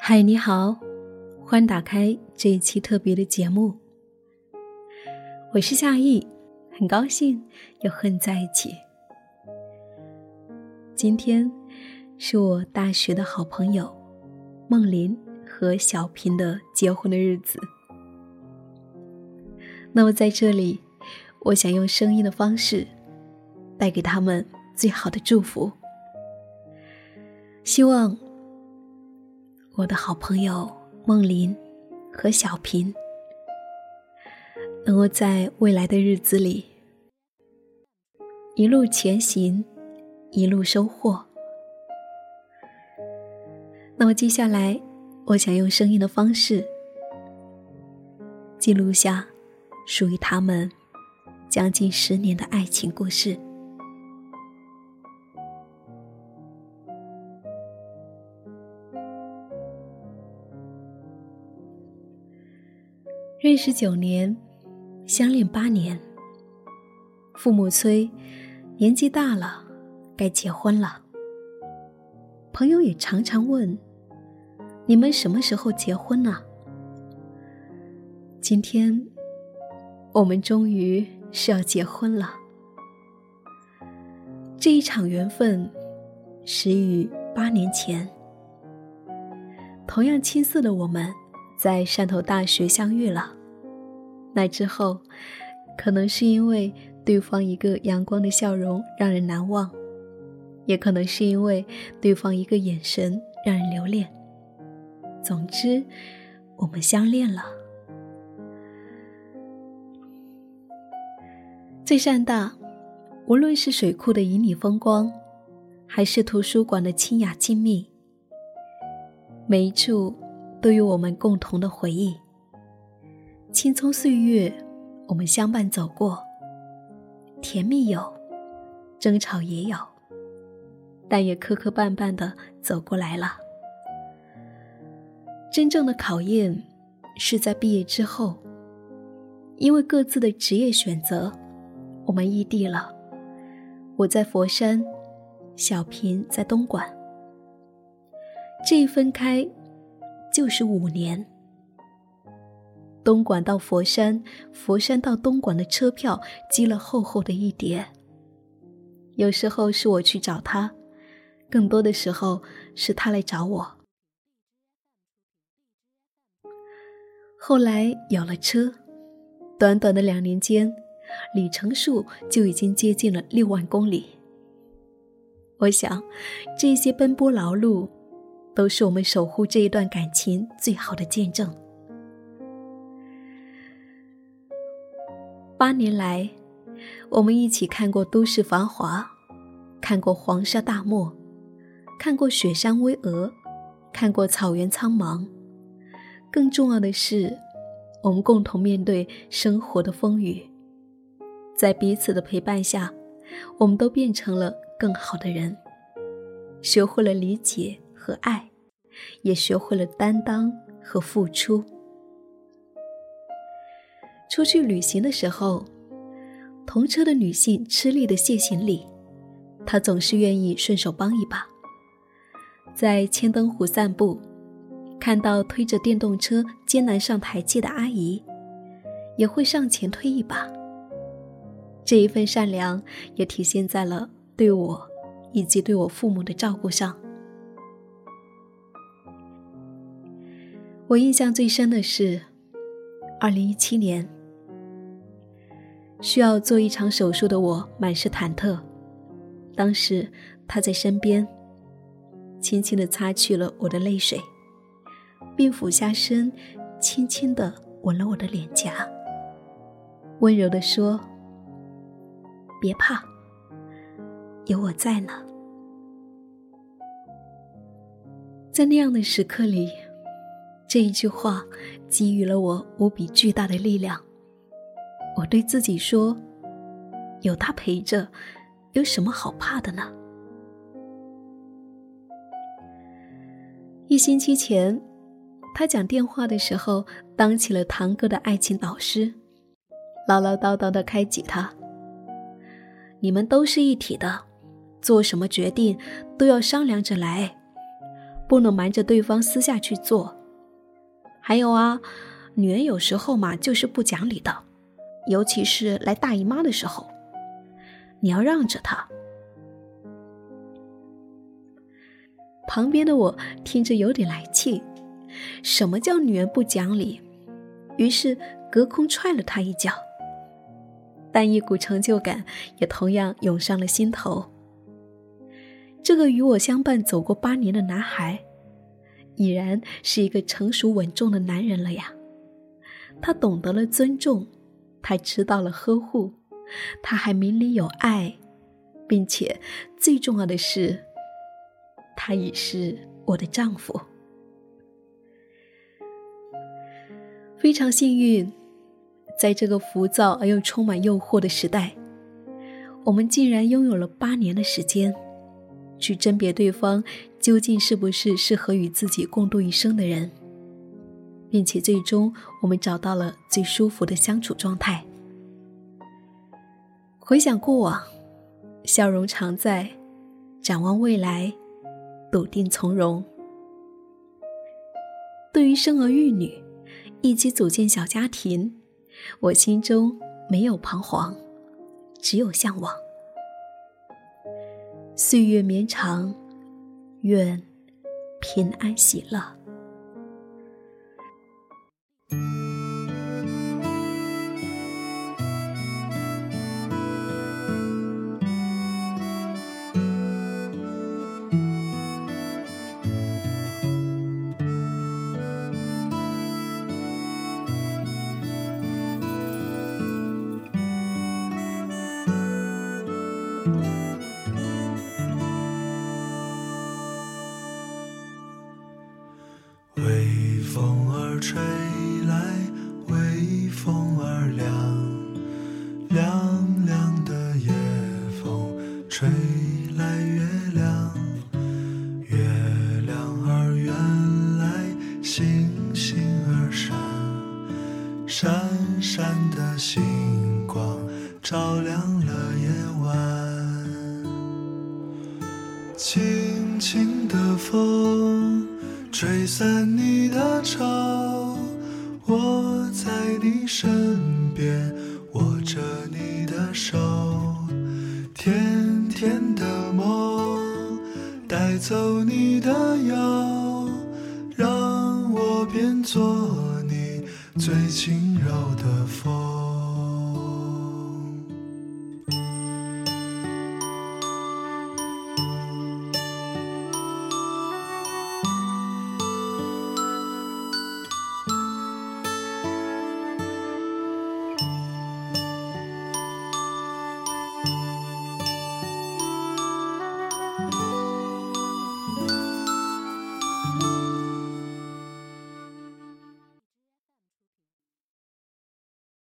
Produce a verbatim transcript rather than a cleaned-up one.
嗨，你好，欢迎打开这一期特别的节目。我是夏意，很高兴又和你在一起。今天是我大学的好朋友梦琳和小平的结婚的日子。那么在这里，我想用声音的方式带给他们最好的祝福。希望我的好朋友梦琳和小平能够在未来的日子里一路前行，一路收获。那么接下来我想用声音的方式记录下属于他们将近十年的爱情故事。认识九年，相恋八年，父母催，年纪大了，该结婚了。朋友也常常问，你们什么时候结婚呢？今天，我们终于是要结婚了。这一场缘分始于八年前，同样青涩的我们在汕头大学相遇了。那之后，可能是因为对方一个阳光的笑容让人难忘，也可能是因为对方一个眼神让人留恋。总之，我们相恋了。在汕大，无论是水库的旖旎风光，还是图书馆的清雅静谧，每一处都有我们共同的回忆。青葱岁月，我们相伴走过，甜蜜有，争吵也有，但也磕磕绊绊地走过来了。真正的考验是在毕业之后，因为各自的职业选择，我们异地了。我在佛山，小平在东莞。这一分开就是五年。东莞到佛山，佛山到东莞的车票积了厚厚的一叠。有时候是我去找他，更多的时候是他来找我。后来有了车，短短的两年间，里程数就已经接近了六万公里。我想，这些奔波劳碌，都是我们守护这一段感情最好的见证。八年来，我们一起看过都市繁华，看过黄沙大漠，看过雪山巍峨，看过草原苍茫。更重要的是，我们共同面对生活的风雨。在彼此的陪伴下，我们都变成了更好的人，学会了理解和爱，也学会了担当和付出。出去旅行的时候，同车的女性吃力的卸行李，她总是愿意顺手帮一把。在千灯湖散步，看到推着电动车艰难上台阶的阿姨，也会上前推一把。这一份善良也体现在了对我以及对我父母的照顾上。我印象最深的是二零一七年，需要做一场手术的我满是忐忑。当时他在身边，轻轻地擦去了我的泪水，并俯下身轻轻地吻了我的脸颊，温柔地说，别怕，有我在呢。在那样的时刻里，这一句话给予了我无比巨大的力量。我对自己说，有他陪着，有什么好怕的呢？一星期前，他讲电话的时候当起了堂哥的爱情导师，唠唠叨叨地开解他，你们都是一体的，做什么决定都要商量着来， 不能瞒着对方私下去做。还有啊，女人有时候嘛就是不讲理的，尤其是来大姨妈的时候，你要让着她。旁边的我听着有点来气，什么叫女人不讲理？于是隔空踹了她一脚，但一股成就感也同样涌上了心头。这个与我相伴走过八年的男孩，已然是一个成熟稳重的男人了呀。他懂得了尊重，他知道了呵护，他还明里有爱，并且最重要的是，他已是我的丈夫。非常幸运，在这个浮躁而又充满诱惑的时代，我们竟然拥有了八年的时间，去甄别对方究竟是不是适合与自己共度一生的人，并且最终我们找到了最舒服的相处状态。回想过往，笑容常在，展望未来，笃定从容。对于生儿育女，一起组建小家庭，我心中没有彷徨，只有向往。岁月绵长，愿平安喜乐。 微风儿吹来，微风儿凉，凉凉的夜风吹来月亮，月亮儿圆来，星星儿闪，闪闪的星光照亮了夜晚。轻轻的风吹散你的愁，我在你身边握着你的手，甜甜的梦带走你的忧，让我变作你最轻柔的风。